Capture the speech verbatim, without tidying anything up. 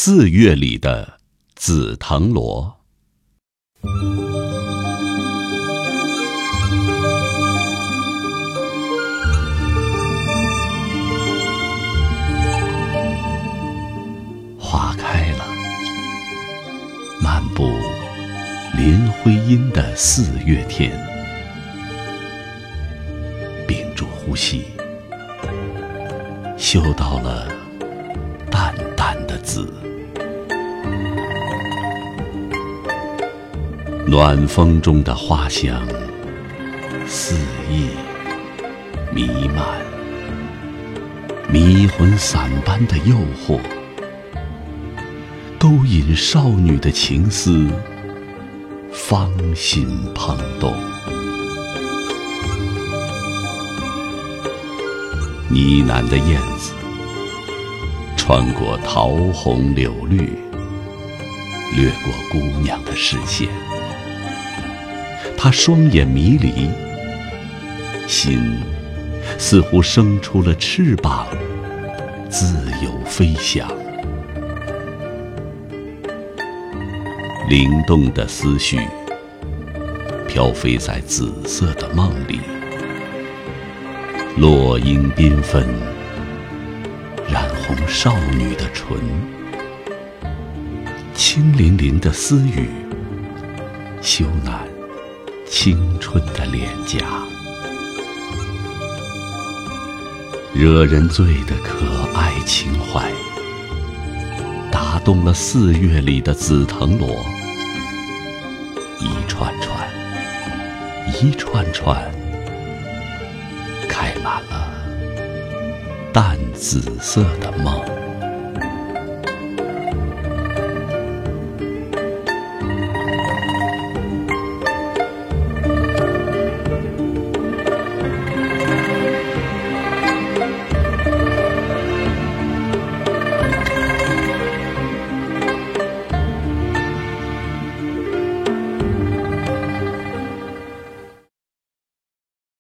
四月里的紫藤萝。花开了，漫步林徽因的四月天，屏住呼吸，嗅到了淡淡的紫。暖风中的花香肆意弥漫，迷魂散般的诱惑，勾引少女的情思，芳心怦动。呢喃的燕子穿过桃红柳绿，掠过姑娘的视线。她双眼迷离，心似乎生出了翅膀，自由飞翔。灵动的思绪飘飞在紫色的梦里，落英缤纷，染红少女的唇，清凌凌的丝雨羞赧青春的脸颊。惹人醉的可爱情怀，打动了四月里的紫藤萝，一串串一串串开满了淡紫色的梦。